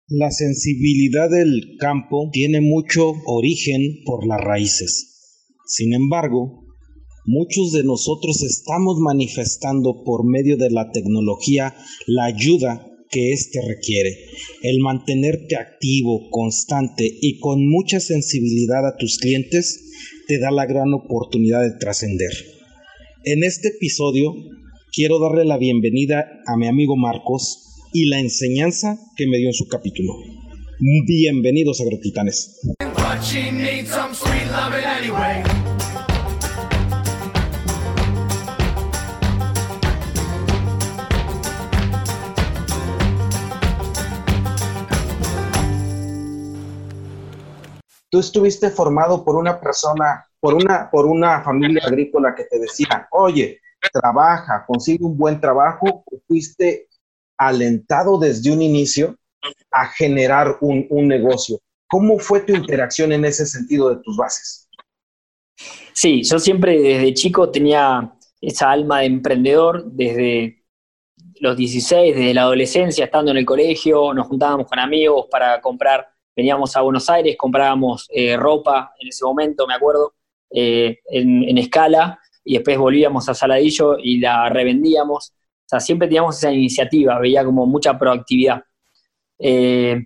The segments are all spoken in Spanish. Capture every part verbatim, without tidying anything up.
La sensibilidad del campo tiene mucho origen por las raíces. Sin embargo, muchos de nosotros estamos manifestando por medio de la tecnología la ayuda que éste requiere. El mantenerte activo, constante y con mucha sensibilidad a tus clientes te da la gran oportunidad de trascender. En este episodio quiero darle la bienvenida a mi amigo Marcos y la enseñanza que me dio en su capítulo. Bienvenidos, Agrotitanes. Tú estuviste formado por una persona, por una, por una familia agrícola que te decía, oye, trabaja, consigue un buen trabajo, o fuiste alentado desde un inicio a generar un, un negocio. ¿Cómo fue tu interacción en ese sentido de tus bases? Sí, yo siempre desde chico tenía esa alma de emprendedor, desde los dieciséis, desde la adolescencia, estando en el colegio, nos juntábamos con amigos para comprar, veníamos a Buenos Aires, comprábamos eh, ropa en ese momento, me acuerdo, eh, en, en escala, y después volvíamos a Saladillo y la revendíamos. O sea, siempre teníamos esa iniciativa, veía como mucha proactividad. Eh,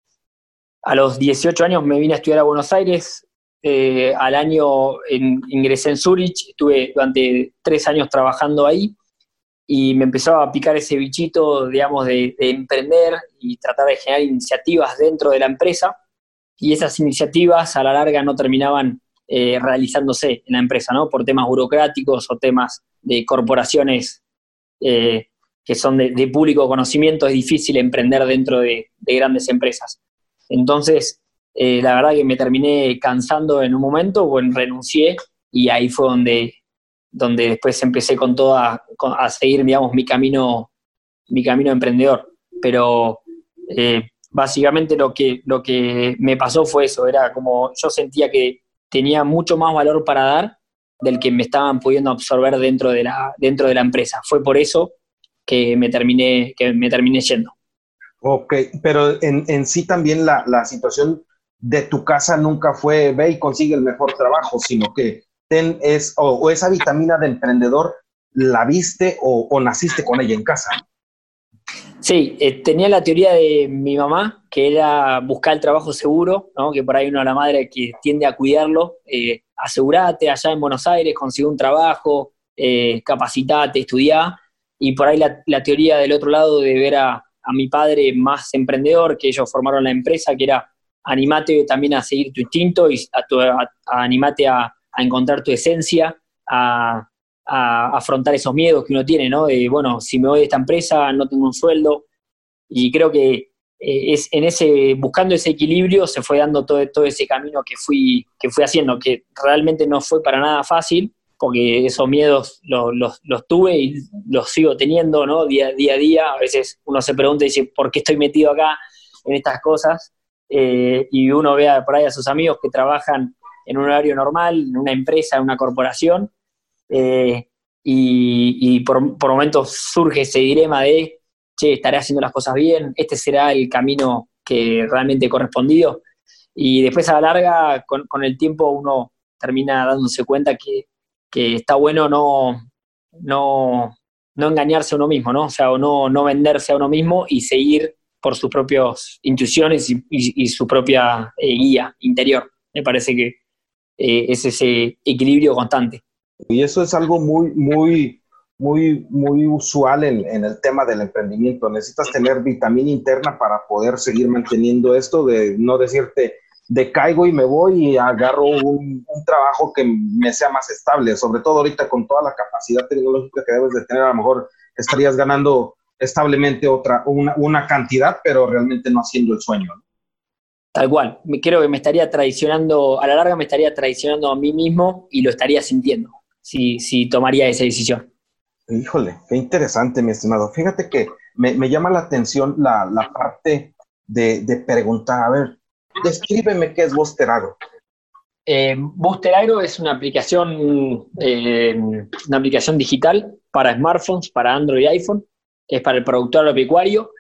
a los dieciocho años me vine a estudiar a Buenos Aires, eh, al año en, ingresé en Zurich, estuve durante tres años trabajando ahí y me empezaba a picar ese bichito, digamos, de, de emprender y tratar de generar iniciativas dentro de la empresa, y esas iniciativas a la larga no terminaban eh, realizándose en la empresa, ¿no? Por temas burocráticos o temas de corporaciones Eh, que son de, de público conocimiento. Es difícil emprender dentro de, de grandes empresas. Entonces, eh, la verdad que me terminé cansando en un momento, bueno, renuncié, y ahí fue donde, donde después empecé con toda, con, a seguir, digamos, mi camino, mi camino emprendedor. Pero eh, básicamente lo que, lo que me pasó fue eso, era como yo sentía que tenía mucho más valor para dar del que me estaban pudiendo absorber dentro de la, dentro de la empresa. Fue por eso que me terminé, que me terminé yendo. Ok, pero en, en sí también la, la situación de tu casa nunca fue ve y consigue el mejor trabajo, sino que ten es, o, o esa vitamina de emprendedor la viste o, o naciste con ella en casa. Sí, eh, tenía la teoría de mi mamá, que era buscar el trabajo seguro, ¿no? Que por ahí uno a la madre que tiende a cuidarlo, eh, asegurate allá en Buenos Aires, consigue un trabajo, eh, capacitate, estudiá, y por ahí la, la teoría del otro lado de ver a, a mi padre más emprendedor, que ellos formaron la empresa, que era animate también a seguir tu instinto y a tu, a, a animate a, a encontrar tu esencia, a a afrontar esos miedos que uno tiene, ¿no? De, bueno, si me voy de esta empresa, no tengo un sueldo. Y creo que eh, es en ese, buscando ese equilibrio se fue dando todo, todo ese camino que fui, que fui haciendo, que realmente no fue para nada fácil, porque esos miedos los, los, los tuve y los sigo teniendo, ¿no? Día, día a día. A veces uno se pregunta y dice, ¿por qué estoy metido acá en estas cosas? Eh, y uno ve a, por ahí a sus amigos que trabajan en un horario normal, en una empresa, en una corporación, Eh, y, y por, por momentos surge ese dilema de, che, ¿estaré haciendo las cosas bien? ¿Este será el camino que realmente he correspondido? Y después a la larga, con, con el tiempo, uno termina dándose cuenta que, que está bueno no, no, no engañarse a uno mismo, ¿no? O sea, o no, no venderse a uno mismo y seguir por sus propias intuiciones y, y, y su propia eh, guía interior. Me parece que eh, es ese equilibrio constante. Y eso es algo muy, muy, muy, muy usual en, en el tema del emprendimiento. Necesitas tener vitamina interna para poder seguir manteniendo esto, de no decirte, decaigo y me voy y agarro un, un trabajo que me sea más estable. Sobre todo ahorita con toda la capacidad tecnológica que debes de tener, a lo mejor estarías ganando establemente otra, una, una cantidad, pero realmente no haciendo el sueño, ¿no? Tal cual. Me, creo que me estaría traicionando, a la larga me estaría traicionando a mí mismo y lo estaría sintiendo si, si tomaría esa decisión. Híjole, qué interesante, mi estimado. Fíjate que me, me llama la atención la, la parte de, de preguntar, a ver, descríbeme qué es Booster Agro. Eh, Booster Agro es una aplicación, eh, una aplicación digital para smartphones, para Android y iPhone, es para el productor agropecuario,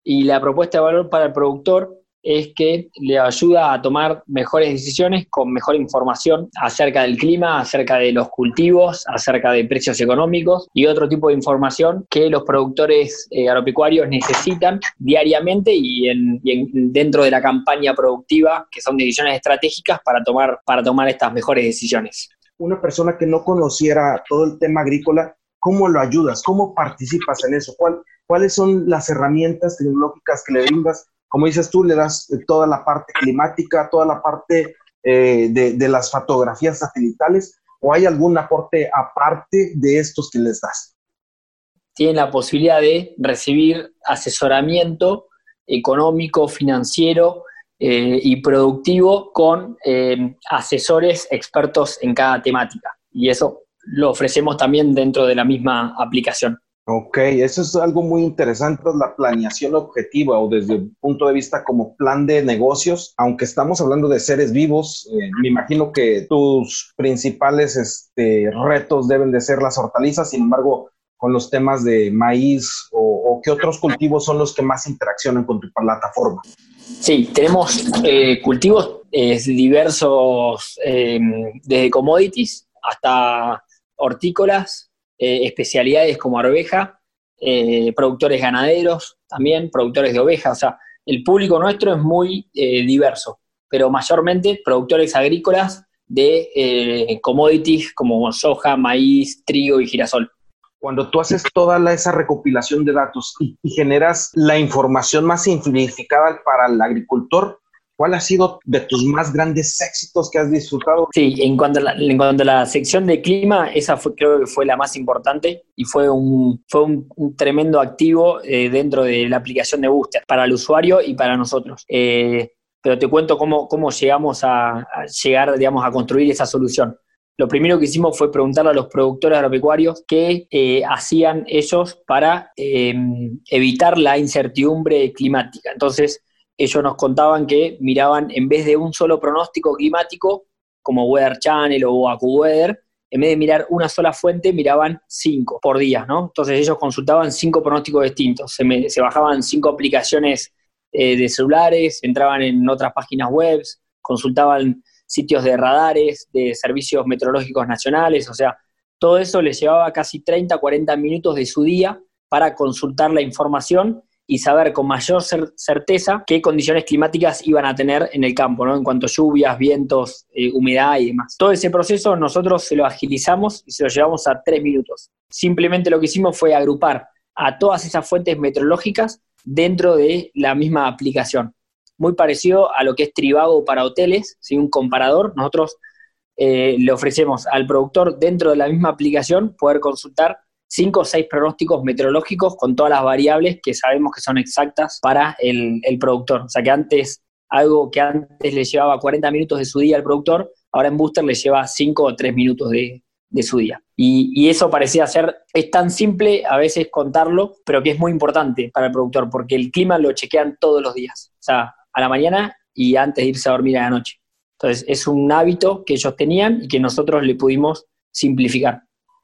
y la propuesta de valor para el productor es que le ayuda a tomar mejores decisiones con mejor información acerca del clima, acerca de los cultivos, acerca de precios económicos y otro tipo de información que los productores eh, agropecuarios necesitan diariamente y, en, y en, dentro de la campaña productiva, que son decisiones estratégicas para tomar, para tomar estas mejores decisiones. Una persona que no conociera todo el tema agrícola, ¿cómo lo ayudas? ¿Cómo participas en eso? ¿Cuál, ¿Cuáles son las herramientas tecnológicas que le brindas? Como dices tú, le das toda la parte climática, toda la parte eh, de, de las fotografías satelitales, ¿o hay algún aporte aparte de estos que les das? Tienen la posibilidad de recibir asesoramiento económico, financiero eh, y productivo con eh, asesores expertos en cada temática. Y eso lo ofrecemos también dentro de la misma aplicación. Ok, eso es algo muy interesante, la planeación objetiva o desde un punto de vista como plan de negocios, aunque estamos hablando de seres vivos, eh, me imagino que tus principales este, retos deben de ser las hortalizas, sin embargo, con los temas de maíz o, o qué otros cultivos son los que más interaccionan con tu plataforma. Sí, tenemos eh, cultivos eh, diversos, eh, desde commodities hasta hortícolas, Eh, especialidades como arveja, eh, productores ganaderos también, productores de ovejas, o sea, el público nuestro es muy eh, diverso, pero mayormente productores agrícolas de eh, commodities como soja, maíz, trigo y girasol. Cuando tú haces toda la, esa recopilación de datos y, y generas la información más simplificada para el agricultor, ¿cuál ha sido de tus más grandes éxitos que has disfrutado? Sí, en cuanto a la, en cuanto a la sección de clima, esa fue, creo que fue la más importante y fue un, fue un, un tremendo activo eh, dentro de la aplicación de Booster para el usuario y para nosotros. Eh, pero te cuento cómo, cómo llegamos a, a llegar, digamos, a construir esa solución. Lo primero que hicimos fue preguntarle a los productores agropecuarios qué eh, hacían ellos para eh, evitar la incertidumbre climática. Entonces, ellos nos contaban que miraban, en vez de un solo pronóstico climático, como Weather Channel o AccuWeather, en vez de mirar una sola fuente, miraban cinco por día, ¿no? Entonces ellos consultaban cinco pronósticos distintos, se, me, se bajaban cinco aplicaciones eh, de celulares, entraban en otras páginas web, consultaban sitios de radares, de servicios meteorológicos nacionales, o sea, todo eso les llevaba casi treinta, cuarenta minutos de su día para consultar la información y saber con mayor cer- certeza qué condiciones climáticas iban a tener en el campo, ¿no? En cuanto a lluvias, vientos, eh, humedad y demás. Todo ese proceso nosotros se lo agilizamos y se lo llevamos a tres minutos. Simplemente lo que hicimos fue agrupar a todas esas fuentes meteorológicas dentro de la misma aplicación. Muy parecido a lo que es Trivago para hoteles, ¿sí? Un comparador. Nosotros eh, le ofrecemos al productor dentro de la misma aplicación poder consultar cinco o seis pronósticos meteorológicos con todas las variables que sabemos que son exactas para el, el productor. O sea que antes, algo que antes le llevaba cuarenta minutos de su día al productor, ahora en Booster le lleva cinco o tres minutos de, de su día. Y, y eso parecía ser, es tan simple a veces contarlo, pero que es muy importante para el productor, porque el clima lo chequean todos los días. O sea, a la mañana y antes de irse a dormir a la noche. Entonces, es un hábito que ellos tenían y que nosotros le pudimos simplificar.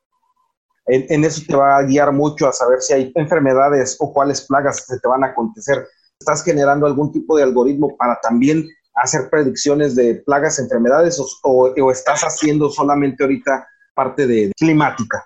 En, en eso te va a guiar mucho a saber si hay enfermedades o cuáles plagas se te van a acontecer. ¿Estás generando algún tipo de algoritmo para también hacer predicciones de plagas, enfermedades o, o, o estás haciendo solamente ahorita parte de climática?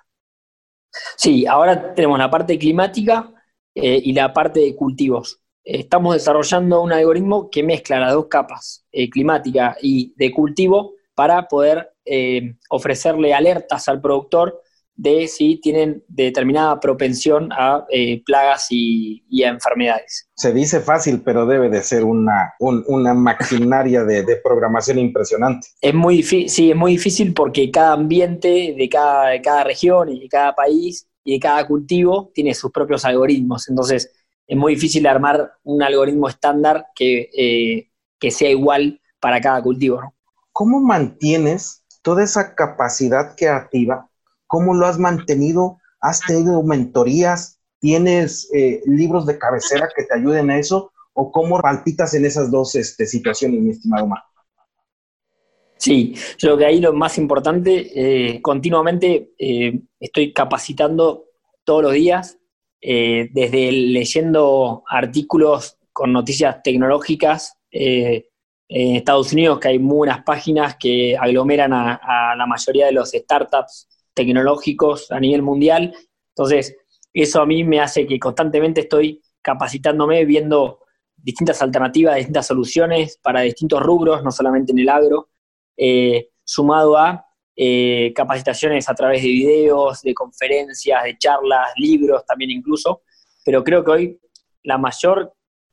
Sí, ahora tenemos la parte climática eh, y la parte de cultivos. Estamos desarrollando un algoritmo que mezcla las dos capas, eh, climática y de cultivo, para poder eh, ofrecerle alertas al productor de si tienen determinada propensión a eh, plagas y, y a enfermedades. Se dice fácil, pero debe de ser una, un, una maquinaria de, de programación impresionante. Es muy difícil, sí, es muy difícil porque cada ambiente de cada, de cada región y de cada país y de cada cultivo tiene sus propios algoritmos. Entonces, es muy difícil armar un algoritmo estándar que, eh, que sea igual para cada cultivo, ¿no? ¿Cómo mantienes toda esa capacidad creativa? ¿Cómo lo has mantenido? ¿Has tenido mentorías? ¿Tienes eh, libros de cabecera que te ayuden a eso? ¿O cómo palpitas en esas dos este, situaciones, mi estimado Marco? Sí, yo creo que ahí lo más importante, eh, continuamente eh, estoy capacitando todos los días eh, desde leyendo artículos con noticias tecnológicas, eh, en Estados Unidos, que hay muy buenas páginas que aglomeran a, a la mayoría de los startups tecnológicos a nivel mundial. Entonces, eso a mí me hace que constantemente estoy capacitándome, viendo distintas alternativas, distintas soluciones para distintos rubros, no solamente en el agro, eh, sumado a eh, capacitaciones a través de videos, de conferencias, de charlas, libros también incluso, pero creo que hoy la mayor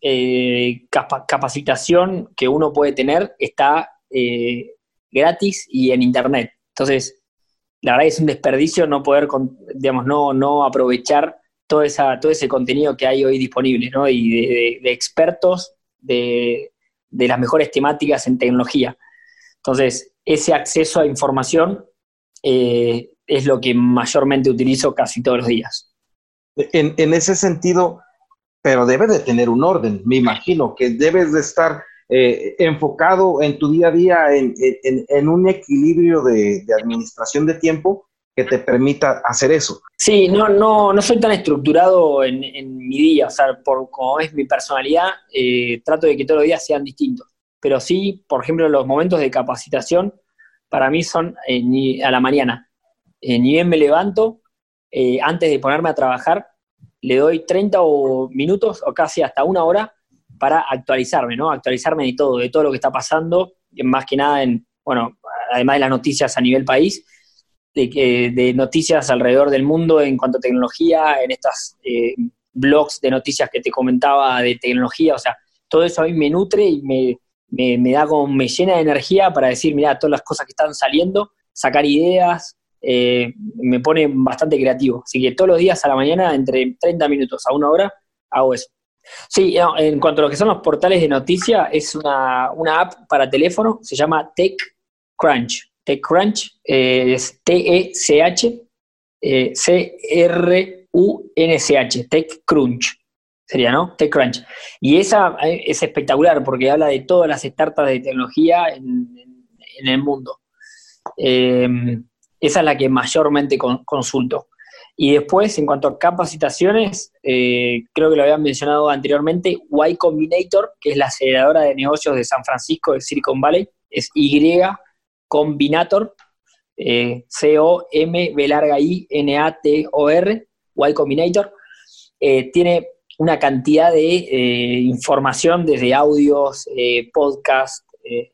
eh, capa- capacitación que uno puede tener está eh, gratis y en internet. Entonces, la verdad es un desperdicio no poder, digamos, no, no aprovechar todo, esa, todo ese contenido que hay hoy disponible, ¿no? Y de, de, de expertos de, de las mejores temáticas en tecnología. Entonces, ese acceso a información eh, es lo que mayormente utilizo casi todos los días. En, en ese sentido, pero debe de tener un orden, me imagino, que debes de estar eh, enfocado en tu día a día en, en, en un equilibrio de, de administración de tiempo que te permita hacer eso. Sí, no, no, no soy tan estructurado en, en mi día, o sea, por como es mi personalidad, eh, trato de que todos los días sean distintos. Pero sí, por ejemplo, los momentos de capacitación para mí son eh, ni, a la mañana. Eh, ni bien me levanto, eh, antes de ponerme a trabajar, le doy treinta o minutos o casi hasta una hora para actualizarme, ¿no? Actualizarme de todo, de todo lo que está pasando, más que nada en, bueno, además de las noticias a nivel país, de, de noticias alrededor del mundo en cuanto a tecnología, en estas eh, blogs de noticias que te comentaba de tecnología, o sea, todo eso a mí me nutre y me, me, me da como, me llena de energía para decir, mirá, todas las cosas que están saliendo, sacar ideas, eh, me pone bastante creativo. Así que todos los días a la mañana, entre treinta minutos a una hora, hago eso. Sí, no, en cuanto a lo que son los portales de noticias, es una, una app para teléfono, se llama TechCrunch. TechCrunch eh, es T E C H eh, C R U N C H, TechCrunch sería, ¿no? TechCrunch. Y esa eh, es espectacular porque habla de todas las startups de tecnología en, en, en el mundo. Eh, esa es la que mayormente con, consulto. Y después, en cuanto a capacitaciones, eh, creo que lo habían mencionado anteriormente, Y Combinator, que es la aceleradora de negocios de San Francisco, de Silicon Valley, es Y Combinator, eh, C O M B larga I N A T O R, Y Combinator, eh, tiene una cantidad de eh, información desde audios, eh, podcasts, eh,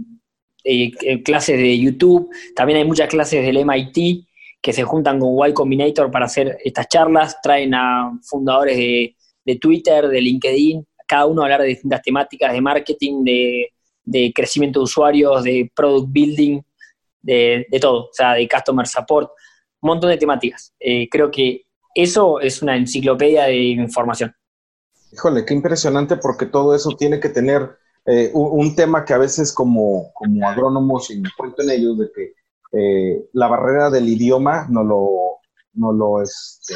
eh, clases de YouTube, también hay muchas clases del M I T que se juntan con Y Combinator para hacer estas charlas, traen a fundadores de, de Twitter, de LinkedIn, cada uno a hablar de distintas temáticas de marketing, de, de crecimiento de usuarios, de product building, de, de todo, o sea, de customer support, un montón de temáticas. Eh, creo que eso es una enciclopedia de información. Híjole, qué impresionante, porque todo eso tiene que tener eh, un, un tema que a veces como, como agrónomos, y me cuento en ellos, de que eh, la barrera del idioma no lo, no lo este,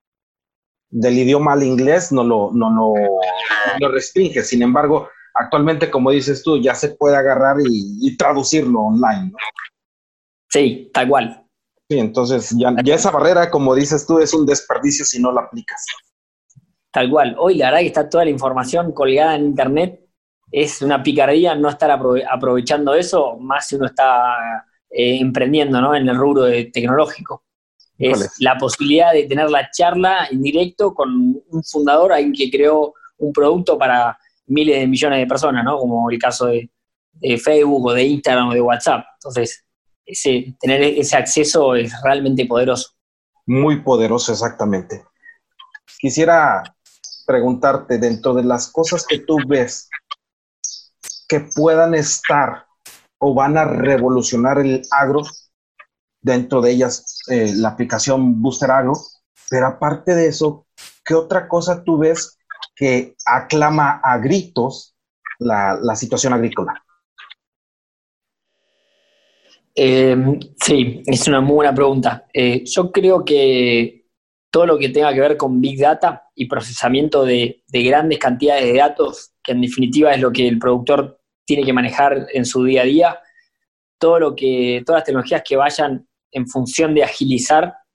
del idioma al inglés no lo, no, lo, no lo restringe. Sin embargo, actualmente, como dices tú, ya se puede agarrar y, y traducirlo online, ¿no? Sí, tal cual. Sí, entonces ya, ya esa barrera, como dices tú, es un desperdicio si no la aplicas. Tal cual. Hoy la verdad que está toda la información colgada en internet. Es una picardía no estar aprove- aprovechando eso, más si uno está eh, emprendiendo, ¿no? En el rubro de tecnológico. Híjole. Es la posibilidad de tener la charla en directo con un fundador, alguien que creó un producto para miles de millones de personas, ¿no? Como el caso de, de Facebook o de Instagram o de WhatsApp. Entonces, ese, tener ese acceso es realmente poderoso. Muy poderoso, exactamente. Quisiera preguntarte, dentro de las cosas que tú ves que puedan estar o van a revolucionar el agro, dentro de ellas eh, la aplicación Booster Agro, pero aparte de eso, ¿qué otra cosa tú ves que aclama a gritos la, la situación agrícola? Eh, sí, es una muy buena pregunta. Eh, yo creo que todo lo que tenga que ver con Big Data y procesamiento de, de grandes cantidades de datos, que en definitiva es lo que el productor tiene que manejar en su día a día, todo lo que, todas las tecnologías que vayan en función de agilizar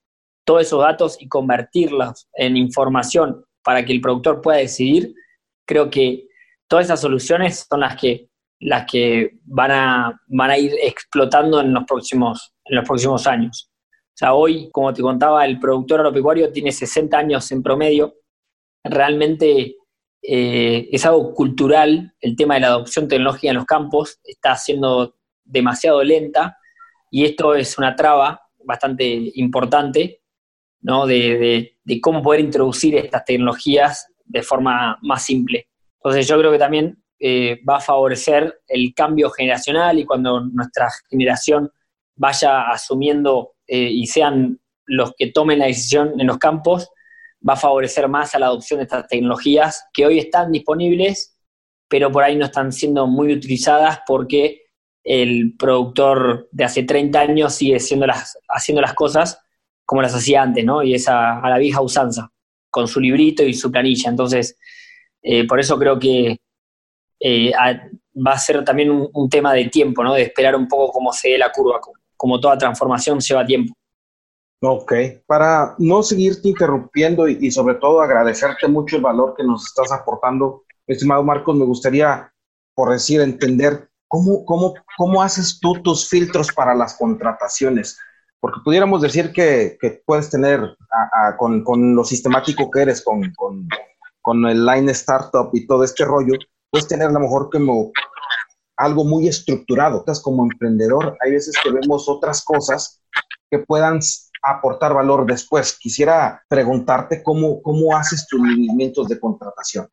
todos esos datos y convertirlos en información para que el productor pueda decidir, creo que todas esas soluciones son las que, las que van, a, van a ir explotando en los próximos, en los próximos años. O sea, hoy, como te contaba, el productor agropecuario tiene sesenta años en promedio. Realmente eh, es algo cultural, el tema de la adopción tecnológica en los campos está siendo demasiado lenta y esto es una traba bastante importante, ¿no? de, de, de cómo poder introducir estas tecnologías de forma más simple. Entonces yo creo que también eh, va a favorecer el cambio generacional y cuando nuestra generación vaya asumiendo eh, y sean los que tomen la decisión en los campos, va a favorecer más a la adopción de estas tecnologías que hoy están disponibles, pero por ahí no están siendo muy utilizadas porque el productor de hace treinta años sigue haciendo las, haciendo las cosas como las hacía antes, ¿no? Y es a, a la vieja usanza, con su librito y su planilla. Entonces, eh, por eso creo que eh, a, va a ser también un, un tema de tiempo, ¿no? De esperar un poco cómo se dé la curva. Como toda transformación lleva tiempo. Ok, para no seguirte interrumpiendo y, y sobre todo agradecerte mucho el valor que nos estás aportando, estimado Marcos, me gustaría, por decir, entender cómo, cómo, cómo haces tú tus filtros para las contrataciones. Porque pudiéramos decir que, que puedes tener, a, a, con, con lo sistemático que eres, con, con, con el Line Startup y todo este rollo, puedes tener a lo mejor como algo muy estructurado. Entonces, como emprendedor, hay veces que vemos otras cosas que puedan aportar valor después. Quisiera preguntarte cómo, cómo haces tus lineamientos de contratación.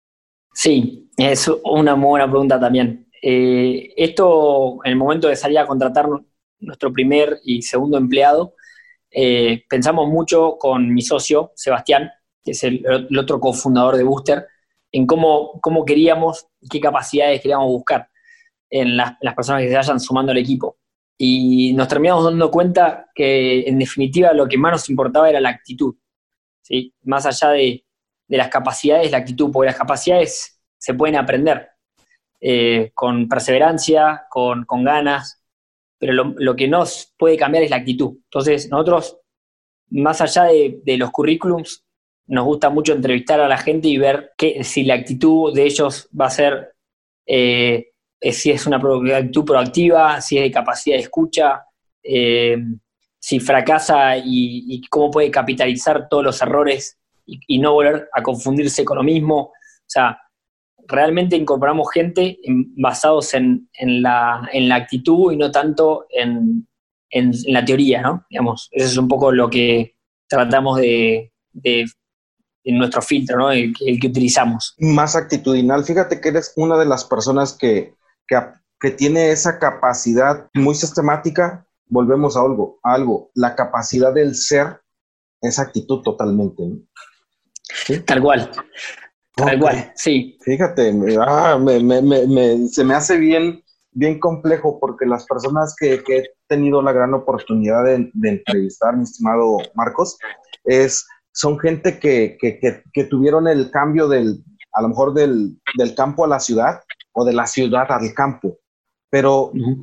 Sí, es una muy buena pregunta también. Eh, esto, en el momento de salir a contratar nuestro primer y segundo empleado, eh, pensamos mucho con mi socio, Sebastián, que es el, el otro cofundador de Booster, en cómo, cómo queríamos, qué capacidades queríamos buscar en las, las personas que se vayan sumando al equipo. Y nos terminamos dando cuenta que, en definitiva, lo que más nos importaba era la actitud, ¿sí? Más allá de, de las capacidades, la actitud, porque las capacidades se pueden aprender eh, con perseverancia, con, con ganas, pero lo, lo que nos puede cambiar es la actitud. Entonces, nosotros, más allá de, de los currículums, nos gusta mucho entrevistar a la gente y ver que, si la actitud de ellos va a ser... Eh, si es una actitud proactiva, si es de capacidad de escucha, eh, si fracasa y, y cómo puede capitalizar todos los errores y, y no volver a confundirse con lo mismo. O sea, realmente incorporamos gente en, basados en, en, la, en la actitud y no tanto en, en, en la teoría, ¿no? Digamos, eso es un poco lo que tratamos de, de en nuestro filtro, ¿no? El, el que utilizamos. Más actitudinal. Fíjate que eres una de las personas que Que, que tiene esa capacidad muy sistemática. Volvemos a algo, a algo, la capacidad del ser, esa actitud totalmente, ¿no? ¿Sí? Tal cual, tal okay. cual, sí. Fíjate, ah, me, me, me, me, se me hace bien, bien complejo porque las personas que, que he tenido la gran oportunidad de, de entrevistar, mi estimado Marcos, es, son gente que, que, que, que tuvieron el cambio del, a lo mejor del, del campo a la ciudad, o de la ciudad al campo, pero uh-huh.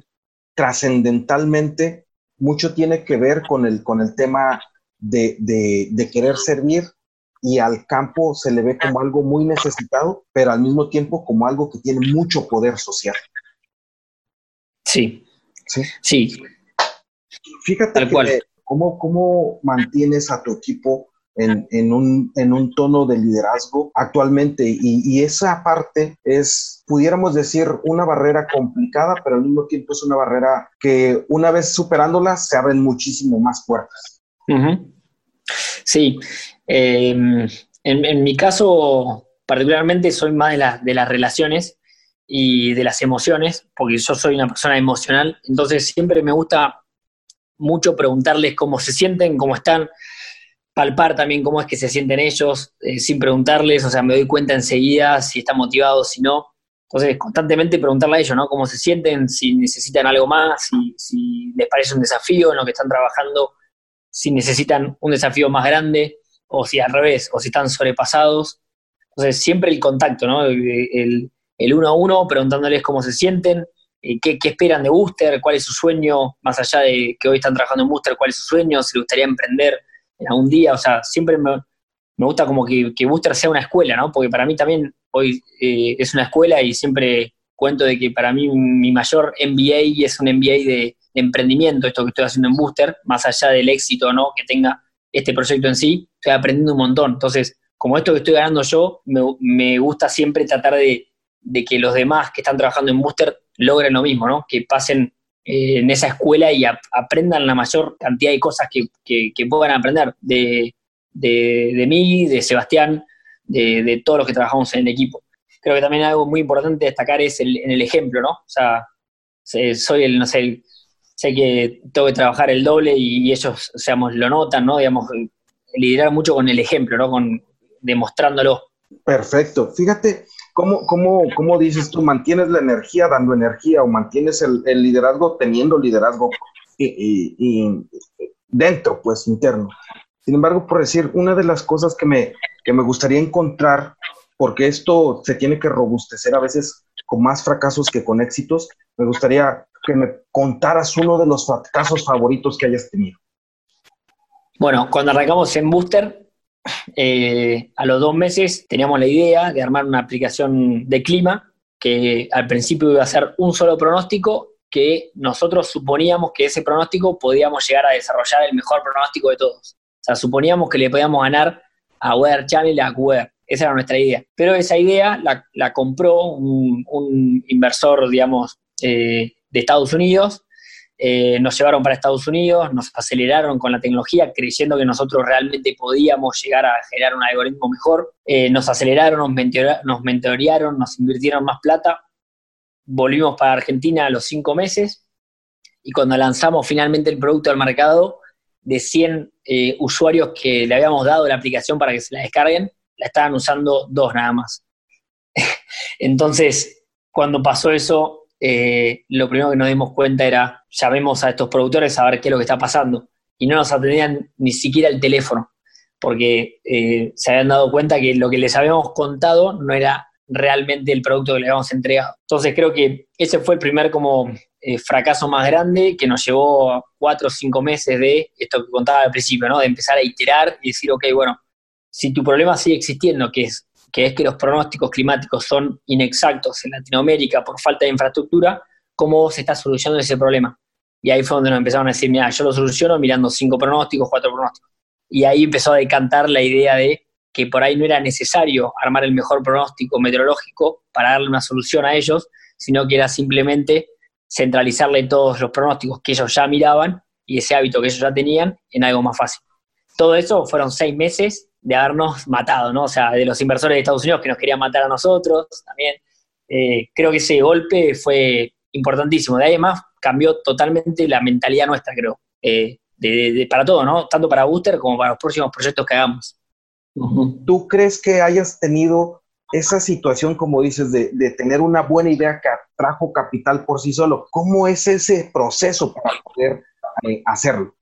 trascendentalmente mucho tiene que ver con el, con el tema de, de, de querer servir, y al campo se le ve como algo muy necesitado, pero al mismo tiempo como algo que tiene mucho poder social. Sí, sí. sí. Fíjate Tal que cual. ¿Cómo, cómo mantienes a tu equipo En, en, un, en un tono de liderazgo actualmente, y, y esa parte es, pudiéramos decir, una barrera complicada, pero al mismo tiempo es una barrera que una vez superándola se abren muchísimo más puertas. Uh-huh. Sí, eh, en, en mi caso particularmente soy más de, la, de las relaciones y de las emociones, porque yo soy una persona emocional, entonces siempre me gusta mucho preguntarles cómo se sienten, cómo están, palpar también cómo es que se sienten ellos, eh, sin preguntarles, o sea, me doy cuenta enseguida si están motivados, si no. Entonces, constantemente preguntarle a ellos, ¿no? Cómo se sienten, si necesitan algo más, si, si les parece un desafío en lo que están trabajando, si necesitan un desafío más grande, o si al revés, o si están sobrepasados. Entonces, siempre el contacto, ¿no? El, el, el uno a uno, preguntándoles cómo se sienten, eh, qué, qué esperan de Booster, cuál es su sueño, más allá de que hoy están trabajando en Booster, cuál es su sueño, si les gustaría emprender en algún día, o sea, siempre me, me gusta como que, que Booster sea una escuela, ¿no? Porque para mí también hoy eh, es una escuela y siempre cuento de que para mí mi mayor M B A es un M B A de, de emprendimiento, esto que estoy haciendo en Booster, más allá del éxito, ¿no?, que tenga este proyecto en sí, estoy aprendiendo un montón. Entonces, como esto que estoy ganando yo, me, me gusta siempre tratar de, de que los demás que están trabajando en Booster logren lo mismo, ¿no? Que pasen eh, en esa escuela y a, aprendan la mayor cantidad de cosas que, que, que puedan aprender de, de, de mí, de Sebastián, de, de todos los que trabajamos en el equipo. Creo que también algo muy importante destacar es el, en el ejemplo, ¿no? O sea, soy el, no sé, el, sé que tengo que trabajar el doble y, y ellos, digamos, lo notan, ¿no? Digamos, liderar mucho con el ejemplo, ¿no? Con, demostrándolo. Perfecto. Fíjate, ¿cómo, cómo, cómo dices tú? ¿Mantienes la energía dando energía o mantienes el, el liderazgo teniendo liderazgo y, y, y dentro, pues, interno? Sin embargo, por decir, una de las cosas que me, que me gustaría encontrar, porque esto se tiene que robustecer a veces con más fracasos que con éxitos, me gustaría que me contaras uno de los fracasos favoritos que hayas tenido. Bueno, cuando arrancamos en Booster, eh, a los dos meses teníamos la idea de armar una aplicación de clima que al principio iba a ser un solo pronóstico, que nosotros suponíamos que ese pronóstico podíamos llegar a desarrollar el mejor pronóstico de todos. O sea, suponíamos que le podíamos ganar a Weather Channel y a Weather. Esa era nuestra idea. Pero esa idea la, la compró un, un inversor, digamos, eh, de Estados Unidos. Eh, nos llevaron para Estados Unidos, nos aceleraron con la tecnología, creyendo que nosotros realmente podíamos llegar a generar un algoritmo mejor. Eh, nos aceleraron, nos, mentora, nos mentorearon, nos invirtieron más plata. Volvimos para Argentina a los cinco meses y cuando lanzamos finalmente el producto al mercado, de cien eh, usuarios que le habíamos dado la aplicación para que se la descarguen, la estaban usando dos nada más. Entonces, cuando pasó eso, eh, lo primero que nos dimos cuenta era, llamemos a estos productores a ver qué es lo que está pasando. Y no nos atendían ni siquiera el teléfono, porque eh, se habían dado cuenta que lo que les habíamos contado no era realmente el producto que le habíamos entregado. Entonces creo que ese fue el primer como eh, fracaso más grande, que nos llevó cuatro o cinco meses de esto que contaba al principio, ¿no? De empezar a iterar y decir, ok, bueno, si tu problema sigue existiendo, que es, que es que los pronósticos climáticos son inexactos en Latinoamérica por falta de infraestructura, ¿cómo se está solucionando ese problema? Y ahí fue donde nos empezaron a decir, mira, yo lo soluciono mirando cinco pronósticos, cuatro pronósticos. Y ahí empezó a decantar la idea de que por ahí no era necesario armar el mejor pronóstico meteorológico para darle una solución a ellos, sino que era simplemente centralizarle todos los pronósticos que ellos ya miraban y ese hábito que ellos ya tenían en algo más fácil. Todo eso fueron seis meses de habernos matado, ¿no? O sea, de los inversores de Estados Unidos que nos querían matar a nosotros también. Eh, creo que ese golpe fue importantísimo. De ahí además cambió totalmente la mentalidad nuestra, creo, eh, de, de, de, para todo, ¿no? Tanto para Booster como para los próximos proyectos que hagamos. ¿Tú crees que hayas tenido esa situación, como dices, de, de tener una buena idea que atrajo capital por sí solo? ¿Cómo es ese proceso para poder eh, hacerlo?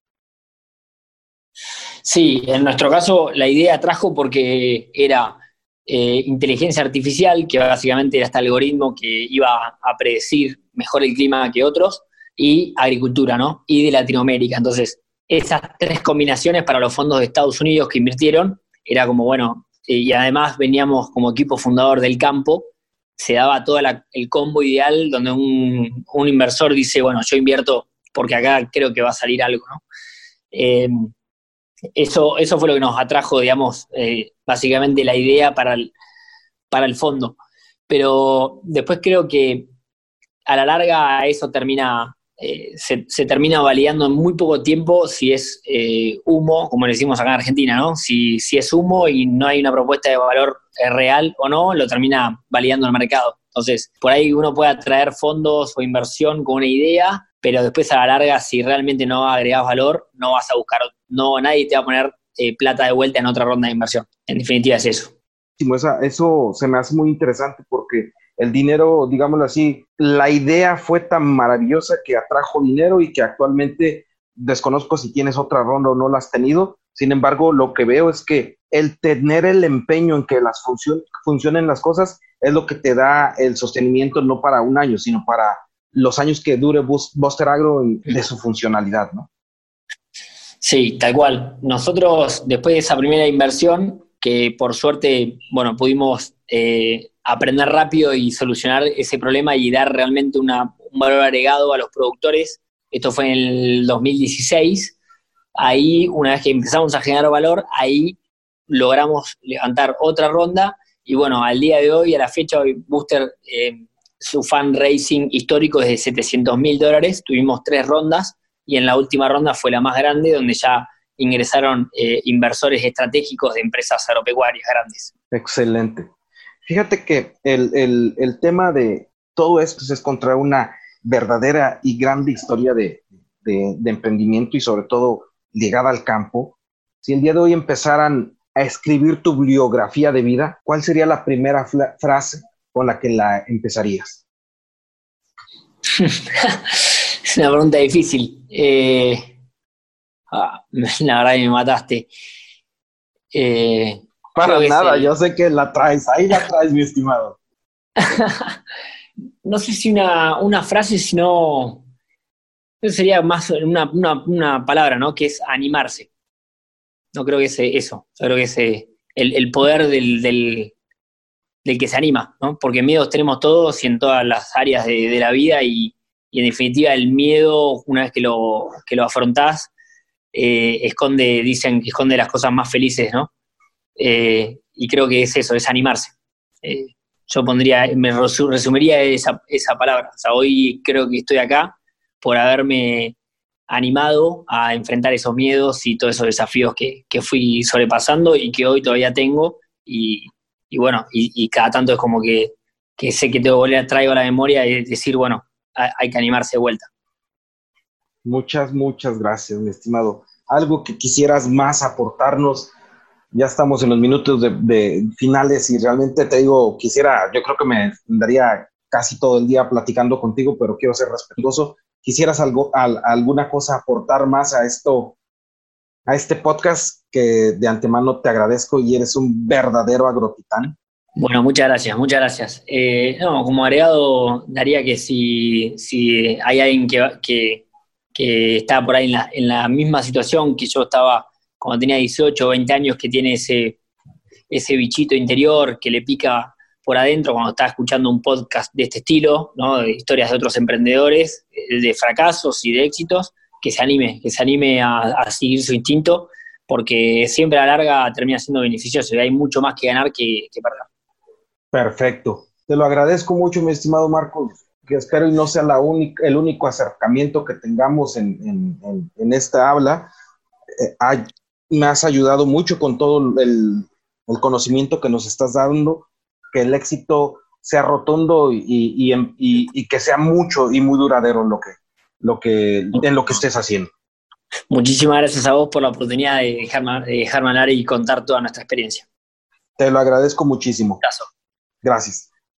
Sí, en nuestro caso la idea atrajo porque era eh, inteligencia artificial, que básicamente era este algoritmo que iba a predecir mejor el clima que otros, y agricultura, ¿no? Y de Latinoamérica. Entonces, esas tres combinaciones para los fondos de Estados Unidos que invirtieron, era como, bueno, eh, y además veníamos como equipo fundador del campo, se daba todo la, el combo ideal donde un, un inversor dice, bueno, yo invierto porque acá creo que va a salir algo, ¿no? Eh, eso, eso fue lo que nos atrajo, digamos, eh, básicamente la idea para el, para el fondo. Pero después creo que a la larga eso termina... Eh, se, se termina validando en muy poco tiempo si es eh, humo, como le decimos acá en Argentina, ¿no? Si, si es humo y no hay una propuesta de valor eh, real o no, lo termina validando el mercado. Entonces, por ahí uno puede atraer fondos o inversión con una idea, pero después a la larga, si realmente no agregas valor, no vas a buscar, no, nadie te va a poner eh, plata de vuelta en otra ronda de inversión. En definitiva es eso. Eso se me hace muy interesante porque el dinero, digámoslo así, la idea fue tan maravillosa que atrajo dinero y que actualmente desconozco si tienes otra ronda o no la has tenido. Sin embargo, lo que veo es que el tener el empeño en que las funcion- funcionen las cosas es lo que te da el sostenimiento no para un año, sino para los años que dure Booster Agro de su funcionalidad, ¿no? Sí, tal cual. Nosotros, después de esa primera inversión, que por suerte, bueno, pudimos eh, aprender rápido y solucionar ese problema y dar realmente una, un valor agregado a los productores. Esto fue en el dos mil dieciséis. Ahí, una vez que empezamos a generar valor, ahí logramos levantar otra ronda. Y bueno, al día de hoy, a la fecha, hoy Booster, eh, su fundraising histórico es de setecientos mil dólares. Tuvimos tres rondas y en la última ronda fue la más grande, donde ya ingresaron eh, inversores estratégicos de empresas agropecuarias grandes. Excelente. Fíjate que el, el, el tema de todo esto es contra una verdadera y grande historia de, de, de emprendimiento y sobre todo ligada al campo. Si el día de hoy empezaran a escribir tu biografía de vida, ¿cuál sería la primera frase con la que la empezarías? Es una pregunta difícil. Eh, ah, la verdad que me mataste. Eh, Para nada, el... yo sé que la traes, ahí la traes, mi estimado. No sé si una, una frase, sino sería más una, una, una palabra, ¿no? Que es animarse. No creo que es eso. Yo creo que es el, el poder del, del, del que se anima, ¿no? Porque miedos tenemos todos y en todas las áreas de, de la vida y, y en definitiva el miedo, una vez que lo, que lo afrontás, eh, esconde, dicen que esconde las cosas más felices, ¿no? Eh, y creo que es eso, es animarse. Eh, yo pondría, me resumiría esa, esa palabra. O sea, hoy creo que estoy acá por haberme animado a enfrentar esos miedos y todos esos desafíos que, que fui sobrepasando y que hoy todavía tengo. Y, y bueno, y, y cada tanto es como que, que sé que tengo que volver, traigo a la memoria y decir, bueno, hay que animarse de vuelta. Muchas, muchas gracias, mi estimado. Algo que quisieras más aportarnos. Ya estamos en los minutos de, de finales y realmente te digo, quisiera, yo creo que me daría casi todo el día platicando contigo, pero quiero ser respetuoso. ¿Quisieras algo, al, alguna cosa aportar más a esto, a este podcast que de antemano te agradezco y eres un verdadero agrotitán? Bueno, muchas gracias, muchas gracias. Eh, no, como agregado, daría que si, si hay alguien que, que, que está por ahí en la, en la misma situación que yo estaba cuando tenía dieciocho o veinte años, que tiene ese, ese bichito interior que le pica por adentro cuando está escuchando un podcast de este estilo, ¿no? De historias de otros emprendedores, de fracasos y de éxitos, que se anime, que se anime a, a seguir su instinto, porque siempre a la larga termina siendo beneficioso y hay mucho más que ganar que, que perder. Perfecto. Te lo agradezco mucho, mi estimado Marcos, que espero y no sea la única, el único acercamiento que tengamos en, en, en, en esta habla. Eh, hay, me has ayudado mucho con todo el, el conocimiento que nos estás dando, que el éxito sea rotundo y, y, y, y, y que sea mucho y muy duradero lo que, lo que, en lo que estés haciendo. Muchísimas gracias a vos por la oportunidad de dejarme, de dejarme hablar y contar toda nuestra experiencia. Te lo agradezco muchísimo. Gracias. Gracias.